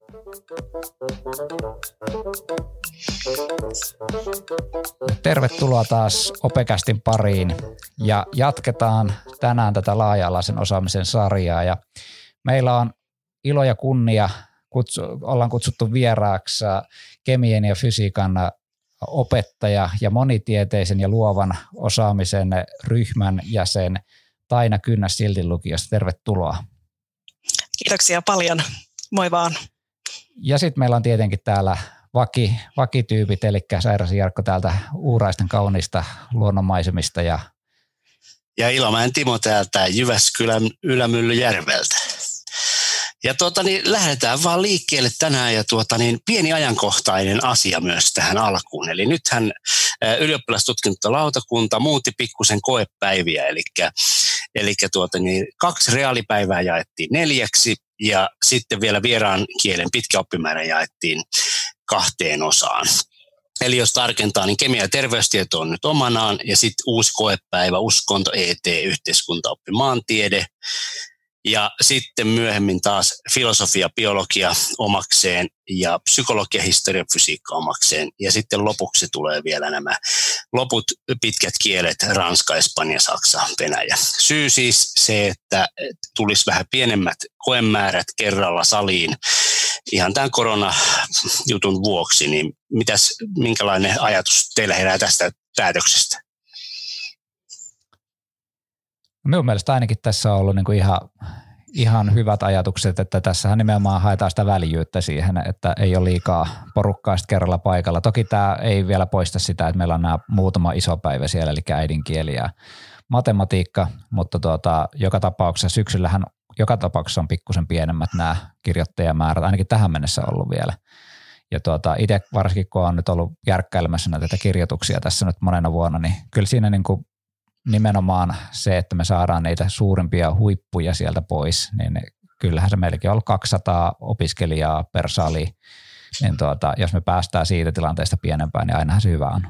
Tervetuloa taas Opecastin pariin ja jatketaan tänään tätä laaja-alaisen osaamisen sarjaa ja meillä on ilo ja kunnia, ollaan kutsuttu vieraaksi kemian ja fysiikan opettaja ja monitieteisen ja luovan osaamisen ryhmän jäsen Taina Kynnäs Siltin lukiosta. Tervetuloa. Kiitoksia paljon. Moi vaan. Ja sitten meillä on tietenkin täällä vakityypit, eli Sairasi Jarkko täältä Uuraisten kauniista luonnonmaisemista. Ja Ilomäen Timo täältä Jyväskylän Ylämyllyjärveltä. Ja lähdetään vaan liikkeelle tänään ja pieni ajankohtainen asia myös tähän alkuun. Eli nythän ylioppilastutkintolautakunta muutti pikkusen koepäiviä, eli 2 reaalipäivää jaettiin 4 ja sitten vielä vieraan kielen pitkä oppimäärä jaettiin 2 osaan. Eli jos tarkentaa, niin kemia- ja terveystieto on nyt omanaan ja sitten uusi koepäivä, uskonto, ET, yhteiskuntaoppi, maantiede. Ja sitten myöhemmin taas filosofia, biologia omakseen ja psykologia, historia, fysiikka omakseen. Ja sitten lopuksi tulee vielä nämä loput pitkät kielet, ranska, espanja, saksa, venäjä. Syy siis se, että tulisi vähän pienemmät koemäärät kerralla saliin ihan tämän koronajutun vuoksi. Niin minkälainen ajatus teillä herää tästä päätöksestä? Minun mielestä ainakin tässä on ollut niin kuin ihan hyvät ajatukset, että tässähän nimenomaan haetaan sitä väljyyttä siihen, että ei ole liikaa porukkaa kerralla paikalla. Toki tämä ei vielä poista sitä, että meillä on nämä muutama iso päivä siellä, eli äidinkieli ja matematiikka, mutta joka tapauksessa syksyllähän joka tapauksessa on pikkusen pienemmät nämä kirjoittajamäärät, ainakin tähän mennessä ollut vielä. Ja itse varsinkin, kun olen nyt ollut järkkäilemässä näitä kirjoituksia tässä nyt monena vuonna, niin kyllä siinä niin kuin nimenomaan se, että me saadaan niitä suurimpia huippuja sieltä pois, niin kyllähän se meilläkin on ollut 200 opiskelijaa per sali, niin jos me päästään siitä tilanteesta pienempään, niin ainahan se hyvä on.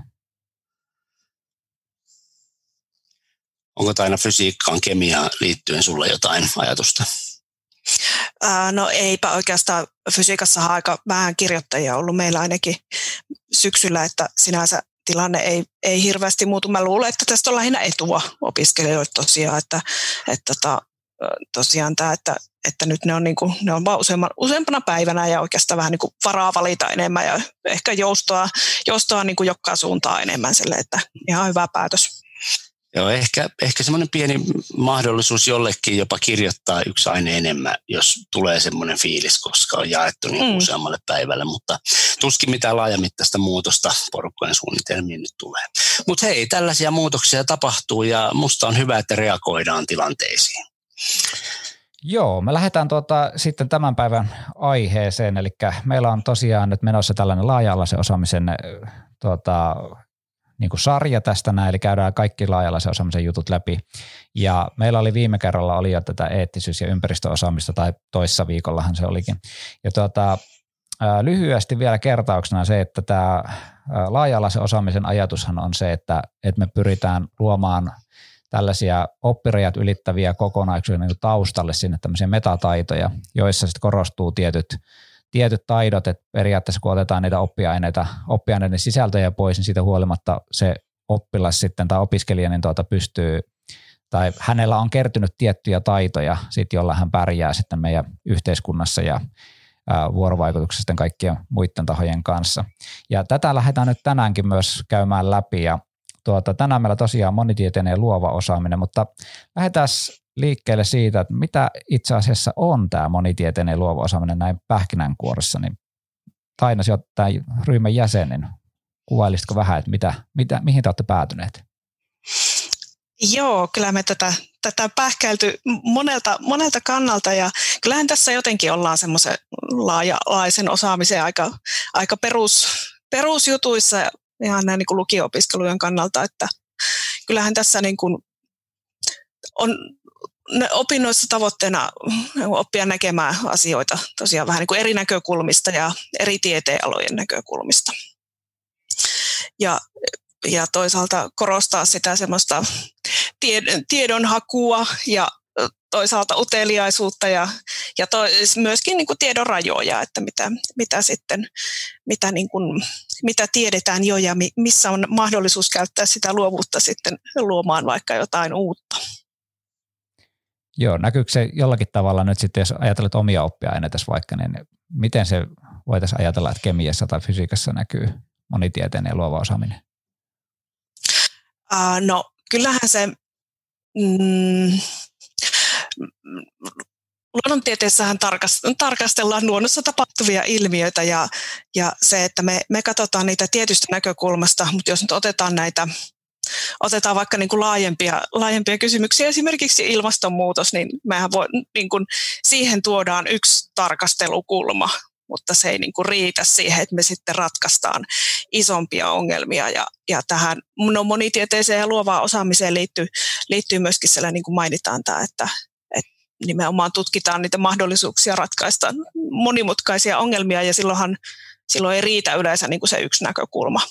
Onko Taina fysiikkaan, kemiaan liittyen sulle jotain ajatusta? No eipä oikeastaan. Fysiikassa aika vähän kirjoittajia ollut meillä ainakin syksyllä, että sinänsä tilanne ei hirveästi muutu. Mä luulen, että tästä on lähinnä etua opiskelijoille tosiaan, että tosiaan tämä, että nyt ne on vaan useampana päivänä ja oikeastaan vähän niin kuin varaa valita enemmän ja ehkä joustoa niin kuin joka suuntaan enemmän sille, että ihan hyvä päätös. Joo, ehkä semmoinen pieni mahdollisuus jollekin jopa kirjoittaa yksi aine enemmän, jos tulee semmoinen fiilis, koska on jaettu niin useammalle päivälle, mutta tuskin mitään laajamittaista muutosta porukkojen suunnitelmiin nyt tulee. Mutta hei, tällaisia muutoksia tapahtuu ja musta on hyvä, että reagoidaan tilanteisiin. Joo, me lähdetään sitten tämän päivän aiheeseen, eli meillä on tosiaan nyt menossa tällainen laaja-alaisen osaamisen niin kuin sarja tästä näin, eli käydään kaikki laaja-alaisen osaamisen jutut läpi. Ja meillä oli viime kerralla oli jo tätä eettisyys- ja ympäristöosaamista, tai toissa viikollahan se olikin. Ja lyhyesti vielä kertauksena se, että tämä laaja-alaisen osaamisen ajatushan on se, että me pyritään luomaan tällaisia oppirajat ylittäviä kokonaisuuksia niin kuin taustalle sinne tämmöisiä metataitoja, joissa sitten korostuu tietyt taidot, että periaatteessa kun otetaan niitä oppiaineiden sisältöjä pois, niin siitä huolimatta se oppilas sitten tai opiskelija niin pystyy, tai hänellä on kertynyt tiettyjä taitoja, sit, jolla hän pärjää sitten meidän yhteiskunnassa ja vuorovaikutuksessa sitten kaikkien muiden tahojen kanssa. Ja tätä lähdetään nyt tänäänkin myös käymään läpi ja tänään meillä tosiaan monitieteinen ja luova osaaminen, mutta lähdetään liikkeelle siitä, että mitä itse asiassa on tämä monitieteinen ja luova osaaminen näin pähkinänkuoressa, niin Taina, sinä olet tämän ryhmän jäsen, niin kuvailisitko vähän, että mihin te olette päätyneet? Joo, kyllä me tätä pähkäilty monelta kannalta ja kyllähän tässä jotenkin ollaan semmoisen laaja-alaisen osaamisen aika perusjutuissa ihan näin niin kuin lukio-opiskelujen kannalta, että kyllähän tässä niin kuin on opinnoissa tavoitteena oppia näkemään asioita tosiaan vähän niin kuin eri näkökulmista ja eri tieteenalojen näkökulmista. Ja toisaalta korostaa sitä semmoista tiedonhakua ja toisaalta uteliaisuutta ja myöskin niin kuin tiedon rajoja, että mitä tiedetään jo ja missä on mahdollisuus käyttää sitä luovuutta sitten luomaan vaikka jotain uutta. Joo, näkyykö se jollakin tavalla nyt sitten, jos ajatellaan omia oppiaineita vaikka, niin miten se voitaisiin ajatella, että kemiassa tai fysiikassa näkyy monitieteinen ja luova osaaminen? No kyllähän se luonnontieteessähän tarkastellaan luonnossa tapahtuvia ilmiöitä ja se, että me katsotaan niitä tietystä näkökulmasta, mutta jos nyt otetaan vaikka niin kuin laajempia kysymyksiä, esimerkiksi ilmastonmuutos, niin mehän niin kuin siihen tuodaan yksi tarkastelukulma, mutta se ei niin kuin riitä siihen, että me sitten ratkaistaan isompia ongelmia. Ja tähän monitieteeseen ja luovaan osaamiseen liittyy myöskin sellainen, niin kuin mainitaan tämä, että nimenomaan tutkitaan niitä mahdollisuuksia ratkaista monimutkaisia ongelmia, ja silloin ei riitä yleensä niin kuin se yksi näkökulma.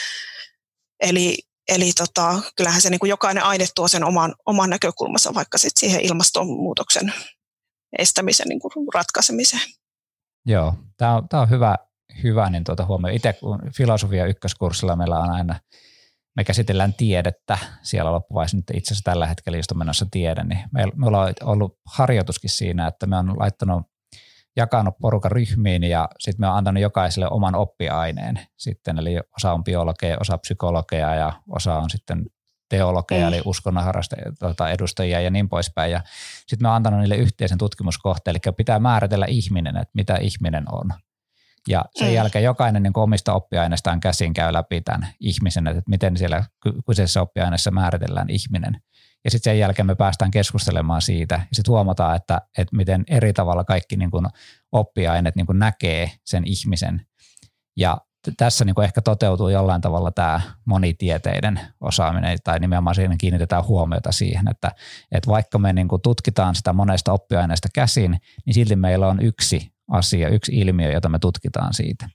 Eli kyllähän se niin kuin jokainen aine tuo sen oman näkökulmansa vaikka sitten siihen ilmastonmuutoksen estämisen niin kuin ratkaisemiseen. Joo, tämä on hyvä niin huomio. Itse kun filosofia ykköskurssilla meillä on aina, me käsitellään tiedettä siellä loppuvaiheessa, nyt itse asiassa tällä hetkellä just on menossa tiede, niin meillä on ollut harjoituskin siinä, että me on jakanut porukan ryhmiin ja sitten me on antanut jokaiselle oman oppiaineen sitten, eli osa on biologia, osa psykologia ja osa on sitten teologia, eli uskonnon edustajia ja niin poispäin. Ja sitten me on antanut niille yhteisen tutkimuskohteen, eli pitää määritellä ihminen, että mitä ihminen on. Ja sen jälkeen jokainen niin omista oppiaineistaan käsin käy läpi tämän ihmisen, että miten siellä kyseisessä oppiaineessa määritellään ihminen. Ja sitten sen jälkeen me päästään keskustelemaan siitä ja sitten huomataan, että miten eri tavalla kaikki niin kuin oppiaineet niin kuin näkee sen ihmisen. Ja tässä niin kuin ehkä toteutuu jollain tavalla tämä monitieteiden osaaminen tai nimenomaan siinä kiinnitetään huomiota siihen, että vaikka me niin kuin tutkitaan sitä monesta oppiaineesta käsin, niin silti meillä on yksi asia, yksi ilmiö, jota me tutkitaan siitä.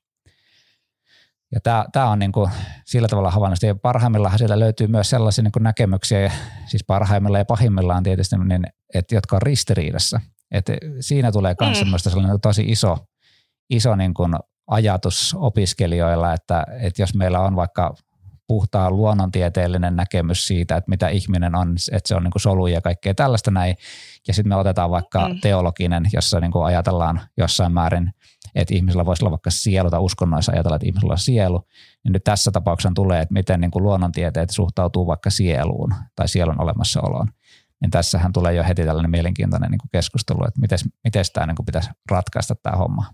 Ja tämä on niin kuin sillä tavalla havainnollista. Ja parhaimmillaan siellä löytyy myös sellaisia niin kuin näkemyksiä, siis parhaimmillaan ja pahimmillaan tietysti, niin, jotka on ristiriidassa. Että siinä tulee myös semmoista sellainen tosi iso niin kuin ajatus opiskelijoilla, että jos meillä on vaikka puhtaan luonnontieteellinen näkemys siitä, että mitä ihminen on, että se on niin kuin solu ja kaikkea tällaista näin, ja sitten me otetaan vaikka teologinen, jossa niin kuin ajatellaan jossain määrin, että ihmisellä voisi olla vaikka sielu tai uskonnoissa ajatella, että ihmisellä on sielu, niin nyt tässä tapauksessa tulee, että miten niin kuin luonnontieteet suhtautuu vaikka sieluun tai sielun olemassaoloon. Niin tässähän tulee jo heti tällainen mielenkiintoinen niin kuin keskustelu, että miten tämä niin kuin pitäisi ratkaista tämä homma.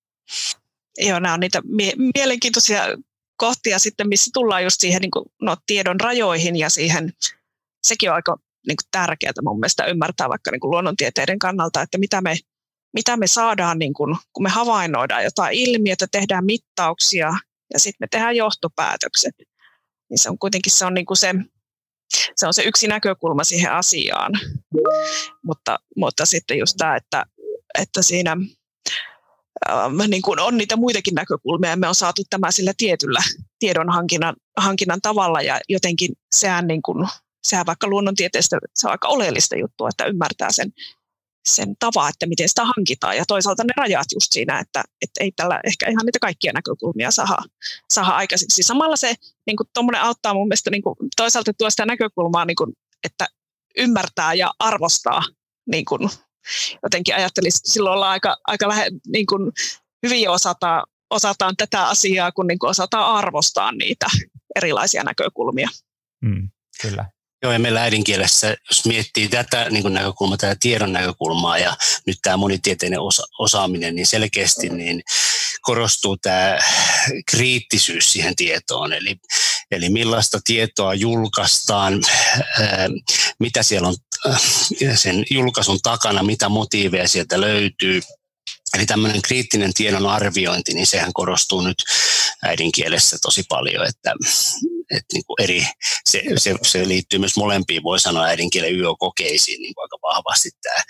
Joo, nämä on niitä mielenkiintoisia kohtia sitten, missä tullaan just siihen niin kuin, tiedon rajoihin ja siihen, sekin on aika niin kuin tärkeää mun mielestä ymmärtää vaikka niin kuin luonnontieteiden kannalta, että mitä me saadaan, niin kun me havainnoidaan jotain ilmiötä, tehdään mittauksia ja sitten me tehdään johtopäätökset. Niin se on kuitenkin niin kuin se on se yksi näkökulma siihen asiaan. Mutta sitten just tämä, että siinä niin kun on niitä muitakin näkökulmia ja me on saatu tämä sillä tietyllä tiedonhankinnan tavalla ja jotenkin sehän vaikka luonnontieteestä se on aika oleellista juttua, että ymmärtää sen tavan, että miten sitä hankitaan ja toisaalta ne rajat just siinä, että ei tällä ehkä ihan niitä kaikkia näkökulmia saada aikaiseksi. Samalla se niin tuommoinen auttaa mun mielestä niin toisaalta tuo sitä näkökulmaa, niin kuin, että ymmärtää ja arvostaa, niin kuin, jotenkin ajattelisi, että silloin ollaan aika niin kuin, hyvin osataan tätä asiaa, kun niin kuin osataan arvostaa niitä erilaisia näkökulmia. Kyllä. Joo, ja meillä äidinkielessä, jos miettii tätä niin näkökulmaa, tätä tiedon näkökulmaa ja nyt tämä monitieteinen osaaminen, niin selkeästi niin korostuu tämä kriittisyys siihen tietoon. Eli millaista tietoa julkaistaan, mitä siellä on sen julkaisun takana, mitä motiiveja sieltä löytyy. Eli tämmöinen kriittinen tiedon arviointi, niin sehän korostuu nyt äidinkielessä tosi paljon, että niin kuin se liittyy myös molempiin, voi sanoa äidinkielen YÖ-kokeisiin niin kuin aika vahvasti tämä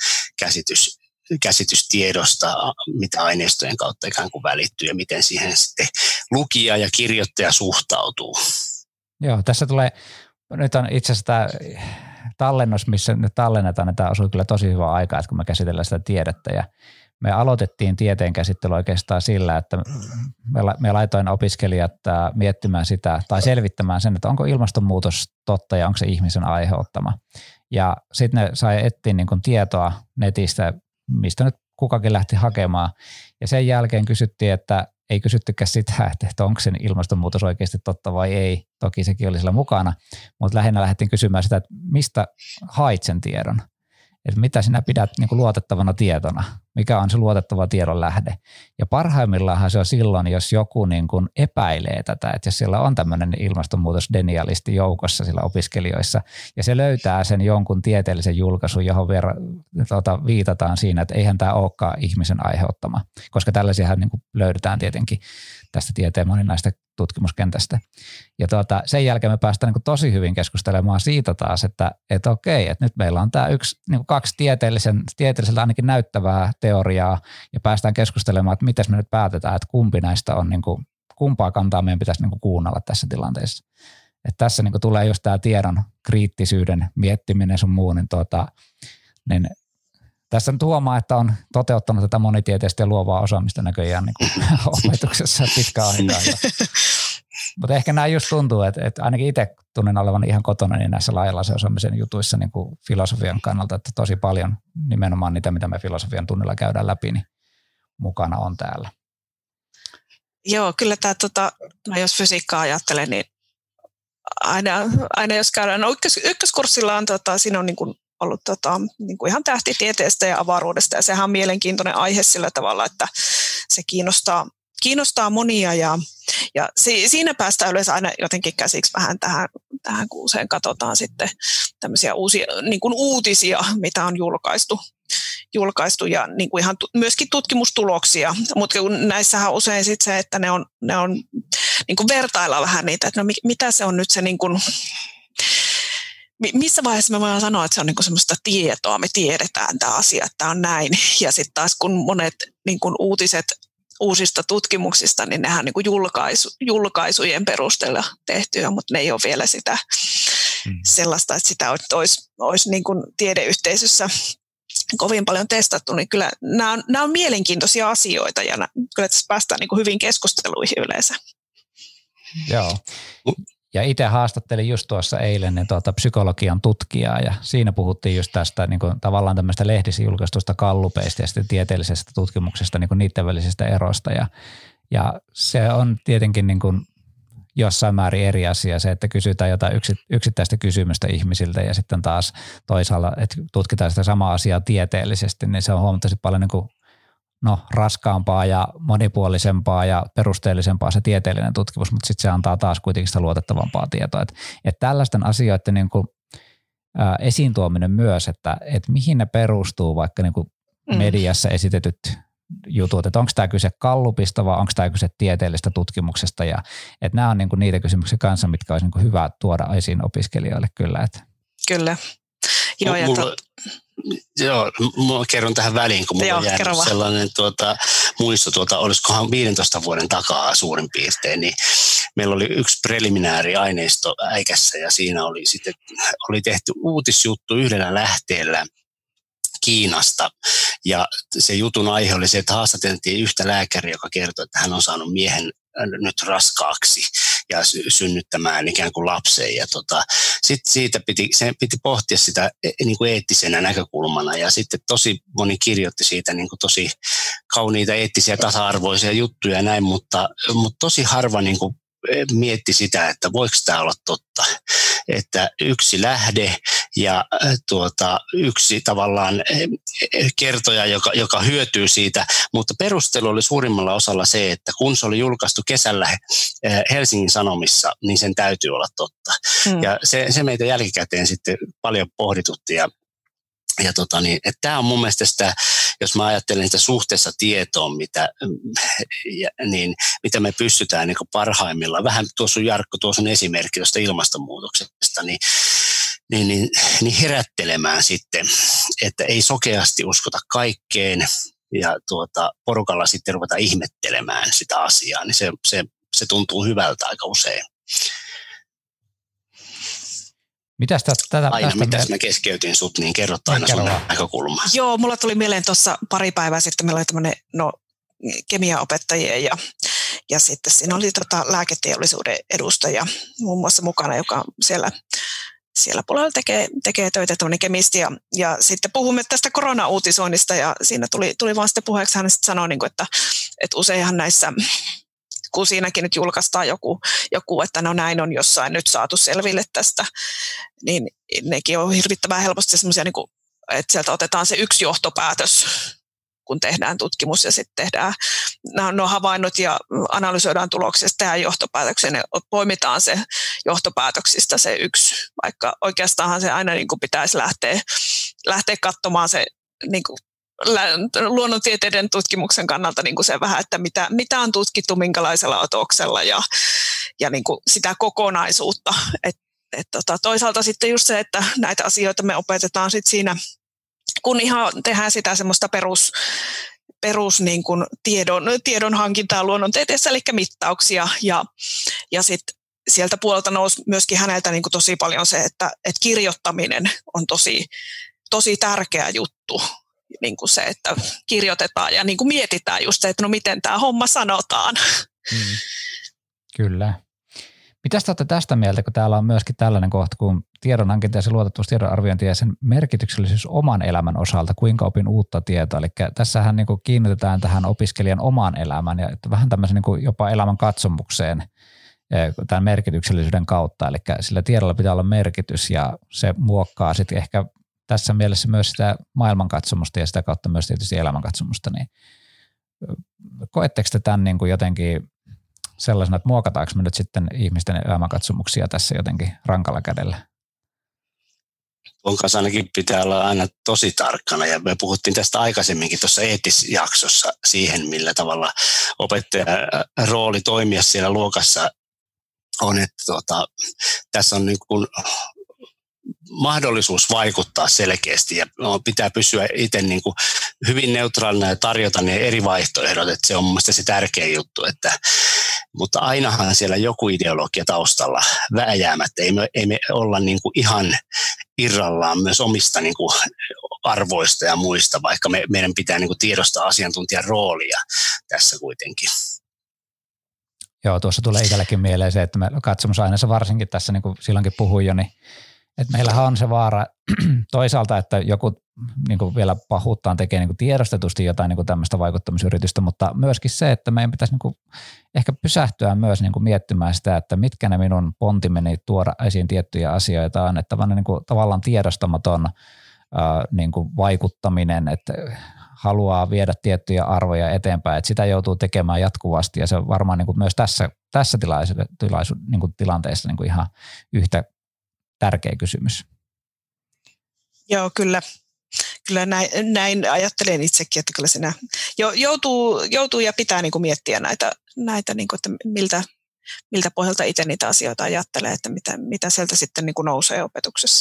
käsitys tiedosta, mitä aineistojen kautta ikään kuin välittyy ja miten siihen sitten lukija ja kirjoittaja suhtautuu. Joo, tässä tulee, nyt on itse asiassa tämä tallennus, missä nyt tallennetaan, niin tämä osui kyllä tosi hyvä aikaa, että kun me käsitellään sitä tiedettä ja me aloitettiin tieteen käsittely oikeastaan sillä, että me laitoin opiskelijat miettimään sitä tai selvittämään sen, että onko ilmastonmuutos totta ja onko se ihmisen aiheuttama. Ja sitten ne sai etsiä niin kuin tietoa netistä, mistä nyt kukakin lähti hakemaan. Ja sen jälkeen kysyttiin, että ei kysyttykään sitä, että onko se ilmastonmuutos oikeasti totta vai ei. Toki sekin oli sillä mukana, mutta lähinnä lähdettiin kysymään sitä, että mistä hait sen tiedon. Että mitä sinä pidät niin kuin luotettavana tietona, mikä on se luotettava tiedon lähde. Ja parhaimmillaan se on silloin, jos joku niin kuin epäilee tätä, että jos siellä on tämmöinen ilmastonmuutosdenialisti joukossa sillä opiskelijoissa, ja se löytää sen jonkun tieteellisen julkaisun, johon viitataan siinä, että eihän tämä olekaan ihmisen aiheuttama, koska tällaisiahan niin kuin löydetään tietenkin tästä tieteen moninaista tutkimuskentästä. Ja sen jälkeen me päästään niin kuin tosi hyvin keskustelemaan siitä taas, että okei, että nyt meillä on tämä niin kuin kaksi tieteellisellä ainakin näyttävää teoriaa ja päästään keskustelemaan, että miten me nyt päätetään, että kumpi näistä on, niin kuin, kumpaa kantaa meidän pitäisi niin kuin kuunnella tässä tilanteessa. Että tässä niin kuin tulee just tämä tiedon kriittisyyden miettiminen sun muu, niin tässä nyt huomaa, että on toteuttanut tätä monitieteistä ja luovaa osaamista näköjään niin kuin opetuksessa pitkään aikaa. Mutta ehkä nämä just tuntuu, että ainakin itse tunnen olevan ihan kotona niin näissä laajalaisen osaamisen jutuissa niin kuin filosofian kannalta, että tosi paljon nimenomaan niitä, mitä me filosofian tunnilla käydään läpi, niin mukana on täällä. Joo, kyllä tämä, jos fysiikkaa ajattelen, niin aina jos käydään, ykköskurssilla on, siinä on niin kuin ollut niin kuin ihan tähtitieteestä ja avaruudesta, ja sehän on mielenkiintoinen aihe sillä tavalla, että se kiinnostaa monia, ja siinä päästään yleensä aina jotenkin käsiksi vähän tähän kun usein katsotaan sitten tämmöisiä uusia niin kuin uutisia, mitä on julkaistu ja niin kuin ihan myöskin tutkimustuloksia, mutta näissähän usein sitten se, että ne on niin kuin vertailla vähän niitä, että no mitä se on nyt se niin kuin, missä vaiheessa me voidaan sanoa, että se on niinku semmoista tietoa, me tiedetään tämä asia, että tämä on näin. Ja sitten taas kun monet niinku uutiset uusista tutkimuksista, niin nehän on niinku julkaisujen perusteella tehtyä, mutta ne ei ole vielä sitä sellaista, että sitä olisi niinku tiedeyhteisössä kovin paljon testattu, niin kyllä nämä on mielenkiintoisia asioita ja kyllä tässä päästään niinku hyvin keskusteluihin yleensä. Joo. Ja itse haastattelin just tuossa eilen niin psykologian tutkijaa ja siinä puhuttiin just tästä niin kuin, tavallaan tämmöistä lehdissä julkaistusta gallupeista ja sitten tieteellisestä tutkimuksesta, niin kuin niiden välisistä eroista ja se on tietenkin niin kuin jossain määrin eri asia se, että kysytään jotain yksittäistä kysymystä ihmisiltä ja sitten taas toisaalta, että tutkitaan sitä samaa asiaa tieteellisesti, niin se on huomattavasti paljon niin kuin raskaampaa ja monipuolisempaa ja perusteellisempaa se tieteellinen tutkimus, mutta sitten se antaa taas kuitenkin sitä luotettavampaa tietoa. Että tällaisten asioiden niin kuin, esiin tuominen myös, että mihin ne perustuu vaikka niin kuin mediassa esitetyt jutut, että onko tämä kyse gallupista vai onko tämä kyse tieteellisestä tutkimuksesta ja että nämä on niin kuin niitä kysymyksiä kanssa, mitkä olisi niin kuin hyvä tuoda esiin opiskelijoille kyllä. Että. Kyllä. Joo, Joo, mä kerron tähän väliin, kun mulla on jäänyt sellainen muisto, olisikohan 15 vuoden takaa suurin piirtein, niin meillä oli yksi preliminääri aineisto äikässä ja siinä oli tehty uutisjuttu yhdellä lähteellä Kiinasta ja se jutun aihe oli se, että haastateltiin yhtä lääkäriä, joka kertoi, että hän on saanut miehen nyt raskaaksi ja synnyttämään ikään kuin lapsen. Ja sitten siitä piti pohtia sitä niin kuin eettisenä näkökulmana ja sitten tosi moni kirjoitti siitä niin kuin tosi kauniita eettisiä tasa-arvoisia juttuja ja näin, mutta tosi harva niin kuin mietti sitä, että voiko tämä olla totta. Että yksi lähde ja yksi tavallaan kertoja, joka hyötyy siitä, mutta perustelu oli suurimmalla osalla se, että kun se oli julkaistu kesällä Helsingin Sanomissa, niin sen täytyy olla totta. Ja se meitä jälkikäteen sitten paljon pohditutti että tämä on mun mielestä sitä, jos mä ajattelen sitä suhteessa tietoon, mitä me pystytään niin kuin parhaimmillaan, vähän tuossa on Jarkko, tuossa on esimerkki tuosta ilmastonmuutoksesta, niin herättelemään sitten, että ei sokeasti uskota kaikkeen ja porukalla sitten ruveta ihmettelemään sitä asiaa, niin se tuntuu hyvältä aika usein. Mitäs mitäs mä keskeytin sut, niin kerrot aina sun näkökulmaa. Joo, mulla tuli mieleen tuossa pari päivää sitten, meillä oli tämmöinen kemiaopettajia ja sitten siinä oli lääketeollisuuden edustaja muun muassa mukana, joka siellä puolella tekee töitä, tämmöinen kemisti, ja sitten puhumme tästä korona-uutisoinnista, ja siinä tuli vaan sitten puheeksi, hän sitten sanoi, että useinhan näissä, kun siinäkin nyt julkaistaan joku, että no näin on jossain nyt saatu selville tästä, niin nekin on hirvittävän helposti semmoisia, että sieltä otetaan se yksi johtopäätös, kun tehdään tutkimus ja sitten tehdään no havainnot ja analysoidaan tuloksia, tehdään johtopäätöksen ja poimitaan se johtopäätöksistä se yksi, vaikka oikeastaanhan se aina pitäisi lähteä katsomaan se luonnontieteiden tutkimuksen kannalta se vähän, että mitä on tutkittu, minkälaisella otoksella ja sitä kokonaisuutta. Toisaalta sitten just se, että näitä asioita me opetetaan sitten siinä, kun ihan tehdään sitä semmoista perus tiedon hankintaa luonnontieteessä, eli mittauksia, ja sitten sieltä puolelta nousi myöskin häneltä tosi paljon se, että kirjoittaminen on tosi tärkeä juttu, se, että kirjoitetaan ja mietitään just se, että no miten tämä homma sanotaan. Kyllä. Mitäs te olette tästä mieltä, kun täällä on myöskin tällainen kohta, kun tiedonhankinta ja se luotettavuus tiedon arviointi ja sen merkityksellisyys oman elämän osalta, kuinka opin uutta tietoa. Eli tässähän kiinnitetään tähän opiskelijan omaan elämään ja vähän tämmöisen jopa elämän katsomukseen tämän merkityksellisyyden kautta. Eli sillä tiedolla pitää olla merkitys ja se muokkaa sitten ehkä tässä mielessä myös sitä maailmankatsomusta ja sitä kautta myös tietysti elämänkatsomusta. Niin koetteko te tämän jotenkin sellaisena, että muokataanko me nyt sitten ihmisten elämänkatsomuksia tässä jotenkin rankalla kädellä? Tuon kanssa ainakin pitää olla aina tosi tarkkana, ja me puhuttiin tästä aikaisemminkin tuossa eettisjaksossa siihen, millä tavalla opettajan rooli toimia siellä luokassa on, että tässä on mahdollisuus vaikuttaa selkeästi ja pitää pysyä itse hyvin neutraalina ja tarjota ne eri vaihtoehdot, että se on mun mielestä se tärkeä juttu, mutta ainahan siellä joku ideologia taustalla vääjäämättä, ei me olla ihan irrallaan myös omista arvoista ja muista, vaikka meidän pitää tiedostaa asiantuntijan roolia tässä kuitenkin. Joo, tuossa tulee itselläkin mieleen se, että me katsomusaineessa varsinkin tässä silloinkin puhuin jo, niin että meillähän on se vaara toisaalta, että joku vielä pahuuttaan tekee tiedostetusti jotain tämmöistä vaikuttamisyritystä, mutta myöskin se, että meidän pitäisi ehkä pysähtyä myös miettimään sitä, että mitkä ne minun pontimeni tuoda esiin tiettyjä asioita on, että tavallaan tiedostamaton vaikuttaminen, että haluaa viedä tiettyjä arvoja eteenpäin, että sitä joutuu tekemään jatkuvasti ja se on varmaan myös tässä tilanteessa ihan yhtä tärkeä kysymys. Joo, kyllä näin ajattelen itsekin, että kyllä siinä joutuu ja pitää miettiä näitä että miltä pohjalta itse niitä asioita ajattelee, että mitä sieltä sitten nousee opetuksessa.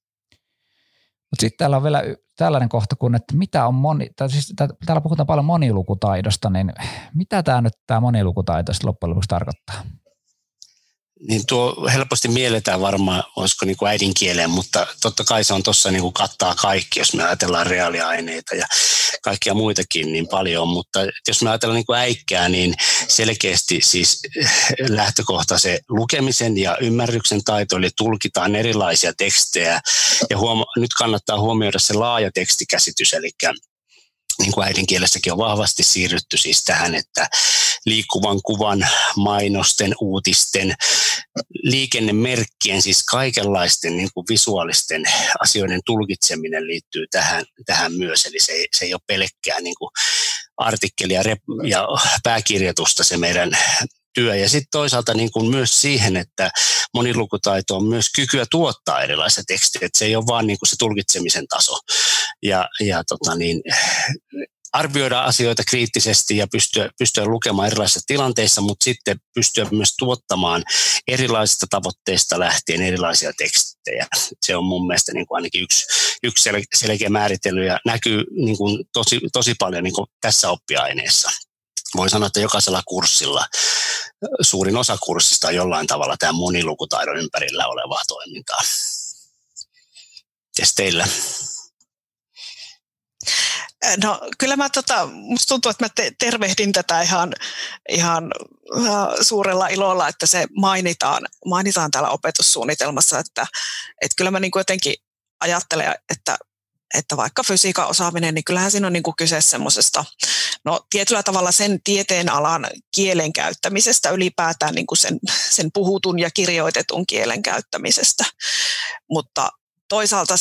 Mutta sitten täällä on vielä tällainen kohta, kun että mitä on täällä puhutaan paljon monilukutaidosta, niin mitä tämä monilukutaito loppujen lopuksi tarkoittaa? Niin tuo helposti mielletään varmaan, olisiko äidinkieleen, mutta totta kai se on tuossa kattaa kaikki, jos me ajatellaan reaaliaineita ja kaikkia muitakin niin paljon, mutta jos me ajatellaan äikkää, niin selkeästi siis lähtökohta se lukemisen ja ymmärryksen taito, eli tulkitaan erilaisia tekstejä ja nyt kannattaa huomioida se laaja tekstikäsitys, eli niin kuin äidinkielessäkin on vahvasti siirrytty siis tähän, että liikkuvan kuvan, mainosten, uutisten, liikennemerkkien, siis kaikenlaisten visuaalisten asioiden tulkitseminen liittyy tähän myös. Eli se ei ole pelkkää artikkelia ja pääkirjoitusta se meidän työ. Ja sitten toisaalta myös siihen, että monilukutaito on myös kykyä tuottaa erilaisia tekstejä. Että se ei ole vaan se tulkitsemisen taso. Ja arvioida asioita kriittisesti ja pystyä lukemaan erilaisissa tilanteissa, mutta sitten pystyä myös tuottamaan erilaisista tavoitteista lähtien erilaisia tekstejä. Se on mun mielestä ainakin yksi selkeä määrittely ja näkyy tosi paljon tässä oppiaineessa. Voi sanoa, että jokaisella kurssilla, suurin osa kurssista on jollain tavalla tämä monilukutaidon ympärillä olevaa toimintaa. Mites teillä? No kyllä musta tuntuu, että mä tervehdin tätä ihan suurella ilolla, että se mainitaan täällä opetussuunnitelmassa, että kyllä mä niin kuin jotenkin ajattelen, että vaikka fysiikan osaaminen, niin kyllähän siinä on niin kuin kyse semmoisesta, no tietyllä tavalla sen tieteen alan kielen käyttämisestä, ylipäätään niin kuin sen puhutun ja kirjoitetun kielen käyttämisestä, mutta toisaalta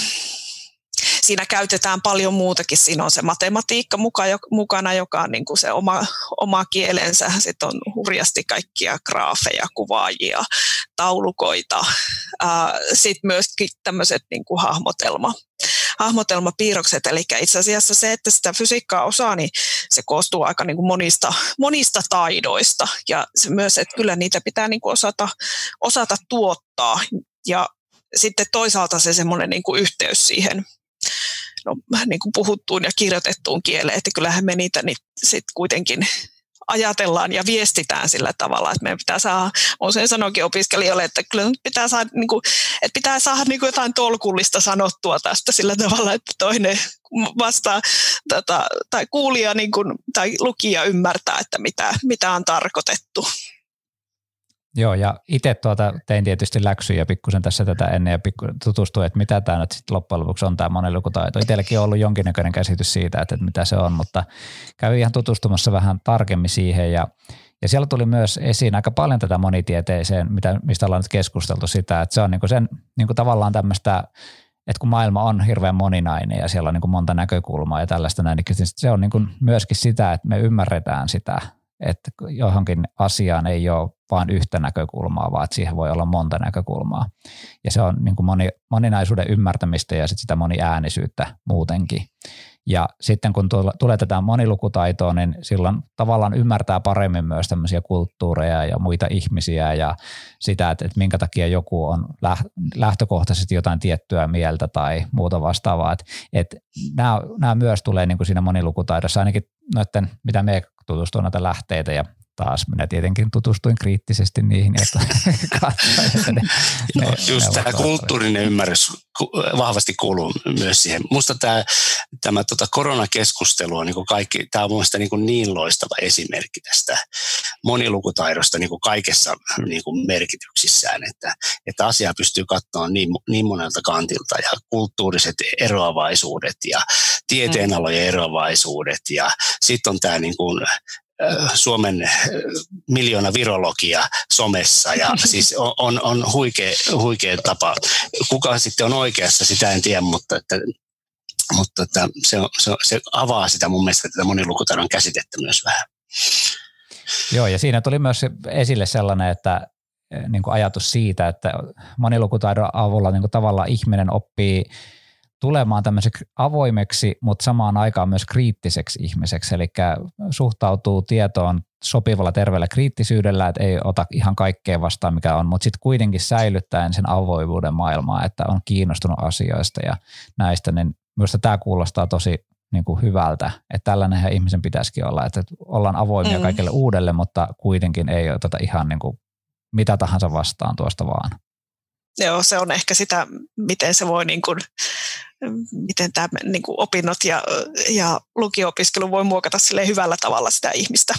siinä käytetään paljon muutakin. Siinä on se matematiikka mukana, joka on niin kuin se oma kielensä. Sitten on hurjasti kaikkia graafeja, kuvaajia, taulukoita. Sitten myöskin tämmöiset niin kuin hahmotelmapiirrokset. Eli itse asiassa se, että sitä fysiikkaa osaa, niin se koostuu aika niin kuin monista taidoista. Ja se myös, että kyllä niitä pitää niin kuin osata tuottaa. Ja sitten toisaalta se semmoinen niin kuin yhteys siihen niin kuin puhuttuun ja kirjoitettuun kieleen, että kyllähän me niitä sitten kuitenkin ajatellaan ja viestitään sillä tavalla, että meidän pitää saada, usein sanoikin opiskelijoille, että kyllä pitää saada, että pitää saada jotain tolkullista sanottua tästä sillä tavalla, että toinen vastaa tai kuulija tai lukija ymmärtää, että mitä on tarkoitettu. Joo, ja itse tein tietysti läksyjä pikkusen tässä tätä ennen ja tutustuin, että mitä tämä nyt sitten loppujen lopuksi on tämä monilukutaito. Itselläkin on ollut jonkinnäköinen käsitys siitä, että mitä se on, mutta kävin ihan tutustumassa vähän tarkemmin siihen ja siellä tuli myös esiin aika paljon tätä monitieteeseen, mistä ollaan nyt keskusteltu sitä, että se on niinku tavallaan tämmöistä, että kun maailma on hirveän moninainen ja siellä on niinku monta näkökulmaa ja tällaista näin, niin se on niinku myöskin sitä, että me ymmärretään sitä, että johonkin asiaan ei ole vain yhtä näkökulmaa, vaan että siihen voi olla monta näkökulmaa. Ja se on niin kuin moninaisuuden ymmärtämistä ja sit sitä moniäänisyyttä muutenkin. Ja sitten kun tulee tätä monilukutaitoa, niin silloin tavallaan ymmärtää paremmin myös tämmöisiä kulttuureja ja muita ihmisiä ja sitä, että minkä takia joku on lähtökohtaisesti jotain tiettyä mieltä tai muuta vastaavaa. Että nämä myös tulee niin kuin siinä monilukutaidossa, ainakin noiden, mitä me tutustuu näitä lähteitä ja taas minä tietenkin tutustuin kriittisesti niihin. Just tämä kulttuurinen ymmärrys vahvasti kuuluu myös siihen. Minusta tämä koronakeskustelu on niin kaikki, tämä on mielestäni niin loistava esimerkki tästä monilukutaidosta niin kaikessa niin merkityksissään, että asiaa pystyy katsomaan niin monelta kantilta ja kulttuuriset eroavaisuudet ja tieteenalojen eroavaisuuet ja sitten on tämä niin kuin Suomen miljoona virologia somessa ja siis on huikea tapa. Kuka sitten on oikeassa, sitä en tiedä, mutta se avaa sitä mun mielestä tätä monilukutaidon käsitettä myös vähän. Joo, ja siinä tuli myös esille sellainen, että niin kuin ajatus siitä, että monilukutaidon avulla niin kuin tavallaan ihminen oppii tulemaan tämmöiseksi avoimeksi, mutta samaan aikaan myös kriittiseksi ihmiseksi, eli suhtautuu tietoon sopivalla terveellä kriittisyydellä, että ei ota ihan kaikkea vastaan, mikä on, mutta sitten kuitenkin säilyttäen sen avoimuuden maailmaa, että on kiinnostunut asioista ja näistä, niin minusta tämä kuulostaa tosi niin kuin hyvältä, että tällainenhän ihmisen pitäisikin olla, että ollaan avoimia kaikille uudelle, mutta kuitenkin ei oteta ihan niin kuin mitä tahansa vastaan tuosta vaan. Joo, se on ehkä sitä, miten se voi miten tämä opinnot ja lukio-opiskelu voi muokata sille hyvällä tavalla sitä ihmistä.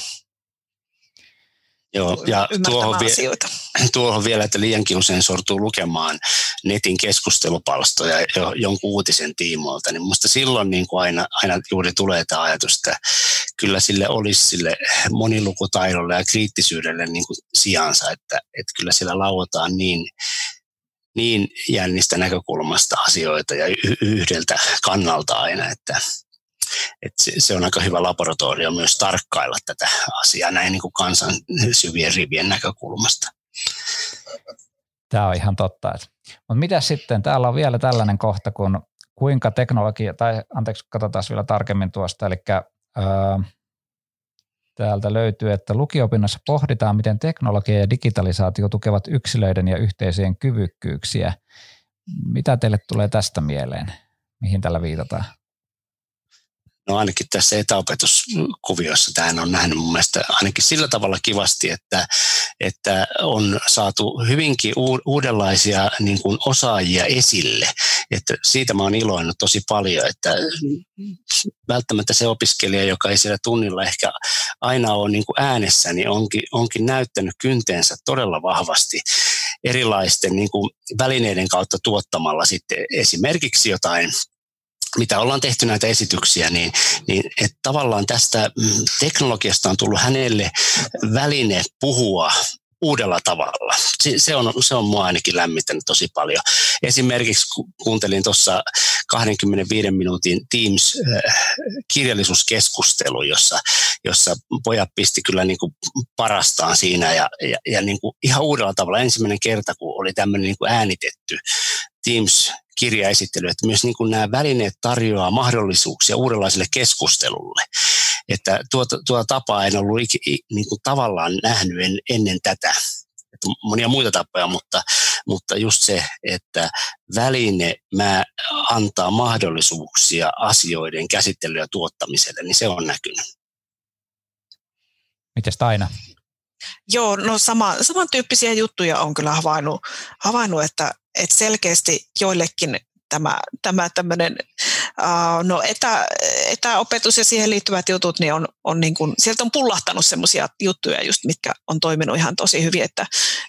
Joo, ja tuohon vielä, että liiankin usein sortuu lukemaan netin keskustelupalstoja jonkun uutisen tiimoilta, niin minusta silloin niin kuin aina juuri tulee tämä ajatus, että kyllä sille olisi sille monilukutaidolle ja kriittisyydelle niin kuin sijansa, että kyllä sillä lauataan niin jännistä näkökulmasta asioita ja yhdeltä kannalta aina, että se on aika hyvä laboratorio myös tarkkailla tätä asiaa näin niin kuin kansan syvien rivien näkökulmasta. Tämä on ihan totta. Mutta mitä sitten, täällä on vielä tällainen kohta, kun kuinka teknologia, katsotaan vielä tarkemmin tuosta, eli täältä löytyy, että lukio-opinnossa pohditaan, miten teknologia ja digitalisaatio tukevat yksilöiden ja yhteisöjen kyvykkyyksiä. Mitä teille tulee tästä mieleen? Mihin tällä viitataan? No ainakin tässä etäopetuskuviossa tähän on nähnyt mun mielestä ainakin sillä tavalla kivasti, että on saatu hyvinkin uudenlaisia niin kuin osaajia esille. että siitä mä oon iloinut tosi paljon, että välttämättä se opiskelija, joka ei siellä tunnilla ehkä aina ole niin kuin äänessä, niin onkin näyttänyt kynteensä todella vahvasti erilaisten niin kuin välineiden kautta tuottamalla sitten esimerkiksi jotain, mitä ollaan tehty näitä esityksiä, niin että tavallaan tästä teknologiasta on tullut hänelle väline puhua uudella tavalla. Se on mua ainakin lämmittänyt tosi paljon. Esimerkiksi kuuntelin tuossa 25 minuutin Teams-kirjallisuuskeskustelu, jossa pojat pisti kyllä niin kuin parastaan siinä ja niin kuin ihan uudella tavalla. Ensimmäinen kerta, kun oli tämmöinen niin kuin äänitetty Teams-kirjaesittely, että myös niin kuin nämä välineet tarjoaa mahdollisuuksia uudenlaiselle keskustelulle. Että tuota tapaa en ollut niin kuin tavallaan nähnyt ennen tätä. Että monia muita tapoja, mutta just se, että väline antaa mahdollisuuksia asioiden käsittelyä ja tuottamiselle, niin se on näkynyt. Mites Taina? Joo, no samantyyppisiä juttuja on kyllä havainnut että selkeästi joillekin tämä tämmöinen etäopetus ja siihen liittyvät jutut, niin on niin kuin, sieltä on pullahtanut semmoisia juttuja just, mitkä on toiminut ihan tosi hyvin, että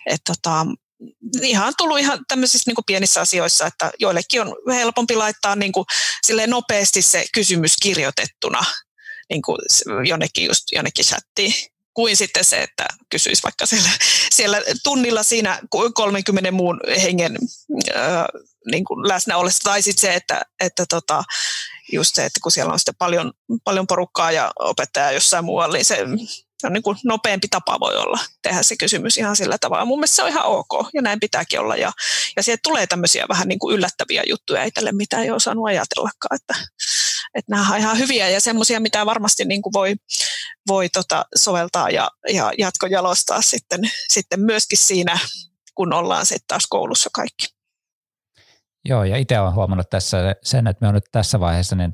ihan tullut ihan tämmöisissä niin kuin pienissä asioissa, että joillekin on helpompi laittaa niin kuin silleen nopeasti se kysymys kirjoitettuna niin kuin jonnekin chattiin, kuin sitten se, että kysyisi vaikka siellä tunnilla siinä 30 muun hengen niin kuin läsnä ollessa, tai sitten se, että just se, että kun siellä on sitten paljon porukkaa ja opettajaa jossain muualla, niin se on niin kuin nopeampi tapa voi olla tehdä se kysymys ihan sillä tavalla. Mun mielestä se on ihan ok, ja näin pitääkin olla, ja sieltä tulee tämmöisiä vähän niin kuin yllättäviä juttuja itselle, mitä ei osannut ajatellakaan, että nämä on ihan hyviä ja semmoisia, mitä varmasti niin kuin voi soveltaa ja jatkojalostaa sitten myöskin siinä, kun ollaan sitten taas koulussa kaikki. Joo, ja itse olen huomannut tässä sen, että me on nyt tässä vaiheessa, niin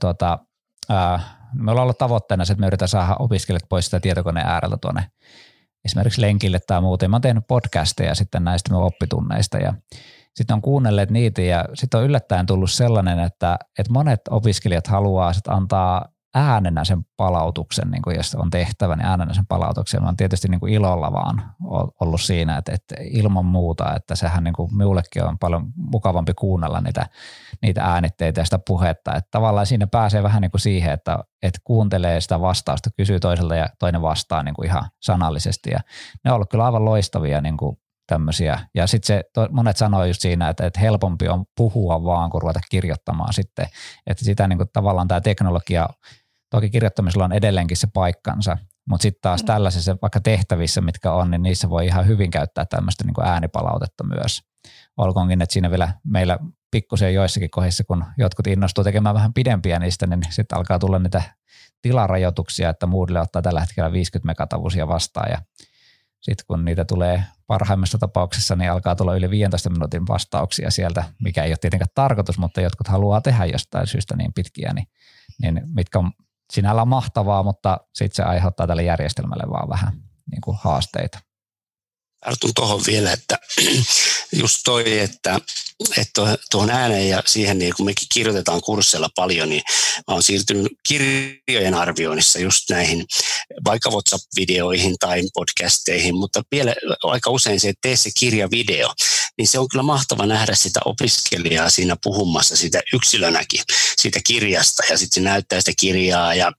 me ollaan ollut tavoitteena se, että me yritetään saada opiskelijat pois sitä tietokoneen ääreltä tuonne esimerkiksi lenkille tai muuten. Mä oon tehnyt podcasteja sitten näistä oppitunneista ja sitten on kuunnelleet niitä ja sitten on yllättäen tullut sellainen, että monet opiskelijat haluaa sitten antaa äänenä sen palautuksen, niin kuin jos on tehtävä, niin äänenä sen palautuksen. Mä oon tietysti niin kuin ilolla vaan ollut siinä, että ilman muuta, että sehän niin kuin minullekin on paljon mukavampi kuunnella niitä äänitteitä ja sitä puhetta. Että tavallaan siinä pääsee vähän niin kuin siihen, että kuuntelee sitä vastausta, kysyy toiselta ja toinen vastaa niin kuin ihan sanallisesti. Ja ne on ollut kyllä aivan loistavia niin kuin tämmöisiä. Ja sitten monet sanoo just siinä, että helpompi on puhua vaan kuin ruveta kirjoittamaan sitten. Että sitä niin kuin tavallaan tämä teknologia, toki kirjoittamisella on edelleenkin se paikkansa, mutta sitten taas tällaisissa vaikka tehtävissä, mitkä on, niin niissä voi ihan hyvin käyttää tämmöistä niin kuin äänipalautetta myös. Olkoonkin, että siinä vielä meillä pikkusen joissakin kohdissa, kun jotkut innostuu tekemään vähän pidempiä niistä, niin sitten alkaa tulla niitä tilarajoituksia, että Moodle ottaa tällä hetkellä 50 megatavuisia vastaan ja sitten kun niitä tulee parhaimmassa tapauksessa, niin alkaa tulla yli 15 minuutin vastauksia sieltä, mikä ei ole tietenkään tarkoitus, mutta jotkut haluaa tehdä jostain syystä niin pitkiä, niin mitkä on sinällään mahtavaa, mutta sitten se aiheuttaa tälle järjestelmälle vaan vähän niin kuin haasteita. Tartun tuohon vielä, että just toi, että tuohon ääneen ja siihen, niin kun mekin kirjoitetaan kursseilla paljon, niin mä oon siirtynyt kirjojen arvioinnissa just näihin vaikka WhatsApp-videoihin tai podcasteihin, mutta vielä aika usein se, että tee se kirjavideo, niin se on kyllä mahtava nähdä sitä opiskelijaa siinä puhumassa sitä yksilönäkin, siitä kirjasta, ja sitten se näyttää sitä kirjaa ja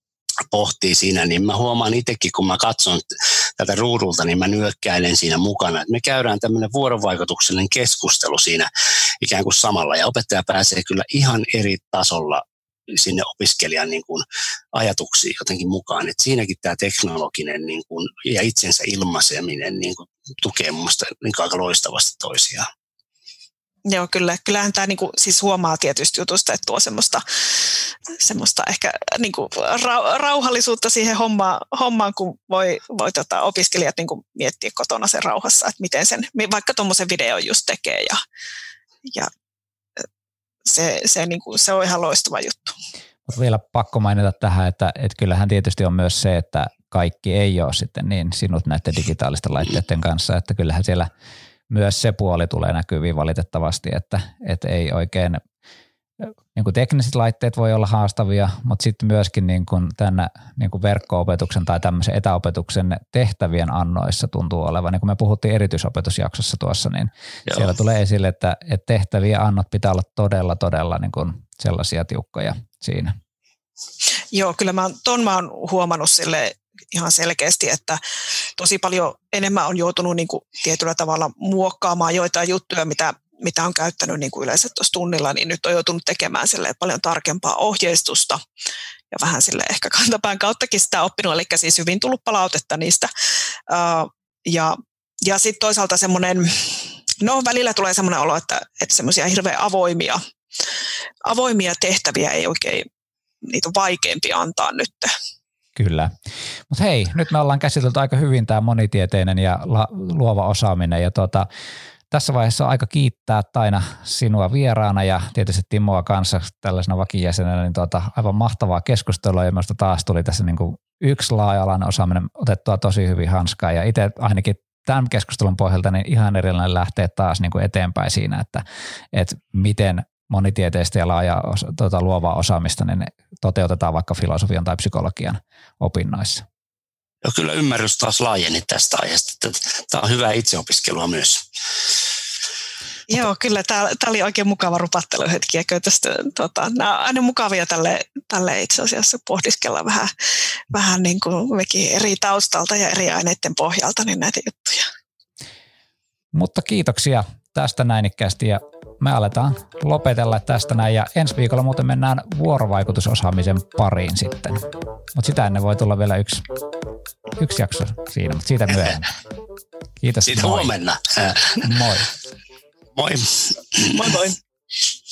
pohtii siinä, niin mä huomaan itsekin, kun mä katson tätä ruudulta, niin mä nyökkäilen siinä mukana. Et me käydään tämmöinen vuorovaikutuksellinen keskustelu siinä ikään kuin samalla, ja opettaja pääsee kyllä ihan eri tasolla sinne opiskelijan niin kuin ajatuksiin jotenkin mukaan. Et siinäkin tämä teknologinen niin kuin, ja itsensä ilmaiseminen niin kuin, tukee mun mielestä niin aika loistavasti toisiaan. Joo, kyllähän tämä niinku, siis huomaa tietysti jutusta, että tuo semmoista ehkä niinku, rauhallisuutta siihen hommaan, kun voi opiskelijat niinku, miettiä kotona sen rauhassa, että miten sen, vaikka tuommoisen videon just tekee ja se on ihan loistava juttu. Mutta vielä pakko mainita tähän, että kyllähän tietysti on myös se, että kaikki ei ole sitten niin sinut näiden digitaalisten laitteiden kanssa, että kyllähän siellä myös se puoli tulee näkyviin valitettavasti, että ei oikein niin kuin tekniset laitteet voi olla haastavia, mutta sitten myöskin niin kuin tänne niin kuin verkko-opetuksen tai tämmöisen etäopetuksen tehtävien annoissa tuntuu olevan. Niin kuin me puhuttiin erityisopetusjaksossa tuossa, niin Joo. Siellä tulee esille, että tehtävien annot pitää olla todella niin kuin sellaisia tiukkoja siinä. Joo, kyllä mä oon huomannut sille ihan selkeästi, että tosi paljon enemmän on joutunut niin kuin tietyllä tavalla muokkaamaan joitain juttuja, mitä on käyttänyt niin kuin yleensä tuossa tunnilla, niin nyt on joutunut tekemään paljon tarkempaa ohjeistusta ja vähän sille ehkä kantapään kauttakin sitä oppinut, eli siis hyvin tullut palautetta niistä. Ja sitten toisaalta semmoinen, välillä tulee semmoinen olo, että semmoisia hirveän avoimia tehtäviä ei oikein, niitä on vaikeampi antaa nyt. Kyllä. Mutta hei, nyt me ollaan käsitelty aika hyvin tämä monitieteinen ja luova osaaminen ja tässä vaiheessa on aika kiittää Taina sinua vieraana ja tietysti Timoa kanssa tällaisena vakijäsenenä, niin aivan mahtavaa keskustelua ja minusta taas tuli tässä niin kuin yksi laaja-alainen osaaminen otettua tosi hyvin hanskaa ja itse ainakin tämän keskustelun pohjalta niin ihan erilainen lähtee taas niin kuin eteenpäin siinä, että miten monitieteistä ja luovaa osaamista niin ne toteutetaan vaikka filosofian tai psykologian opinnoissa. Ja kyllä ymmärrys taas laajeni tästä aiheesta. Tämä on hyvää itseopiskelua myös. Joo, kyllä tämä oli oikein mukava rupatteluhetki. Nämä on aina mukavia tälle itse asiassa pohdiskella vähän niin kuin mekin eri taustalta ja eri aineiden pohjalta niin näitä juttuja. Mutta kiitoksia tästä näinikkäästi ja me aletaan lopetella tästä näin ja ensi viikolla muuten mennään vuorovaikutusosaamisen pariin sitten. Mutta sitä ennen voi tulla vielä yksi jakso siinä, mutta siitä myöhemmin. Kiitos. Siitä huomenna. Moi. Moi. Moi moi.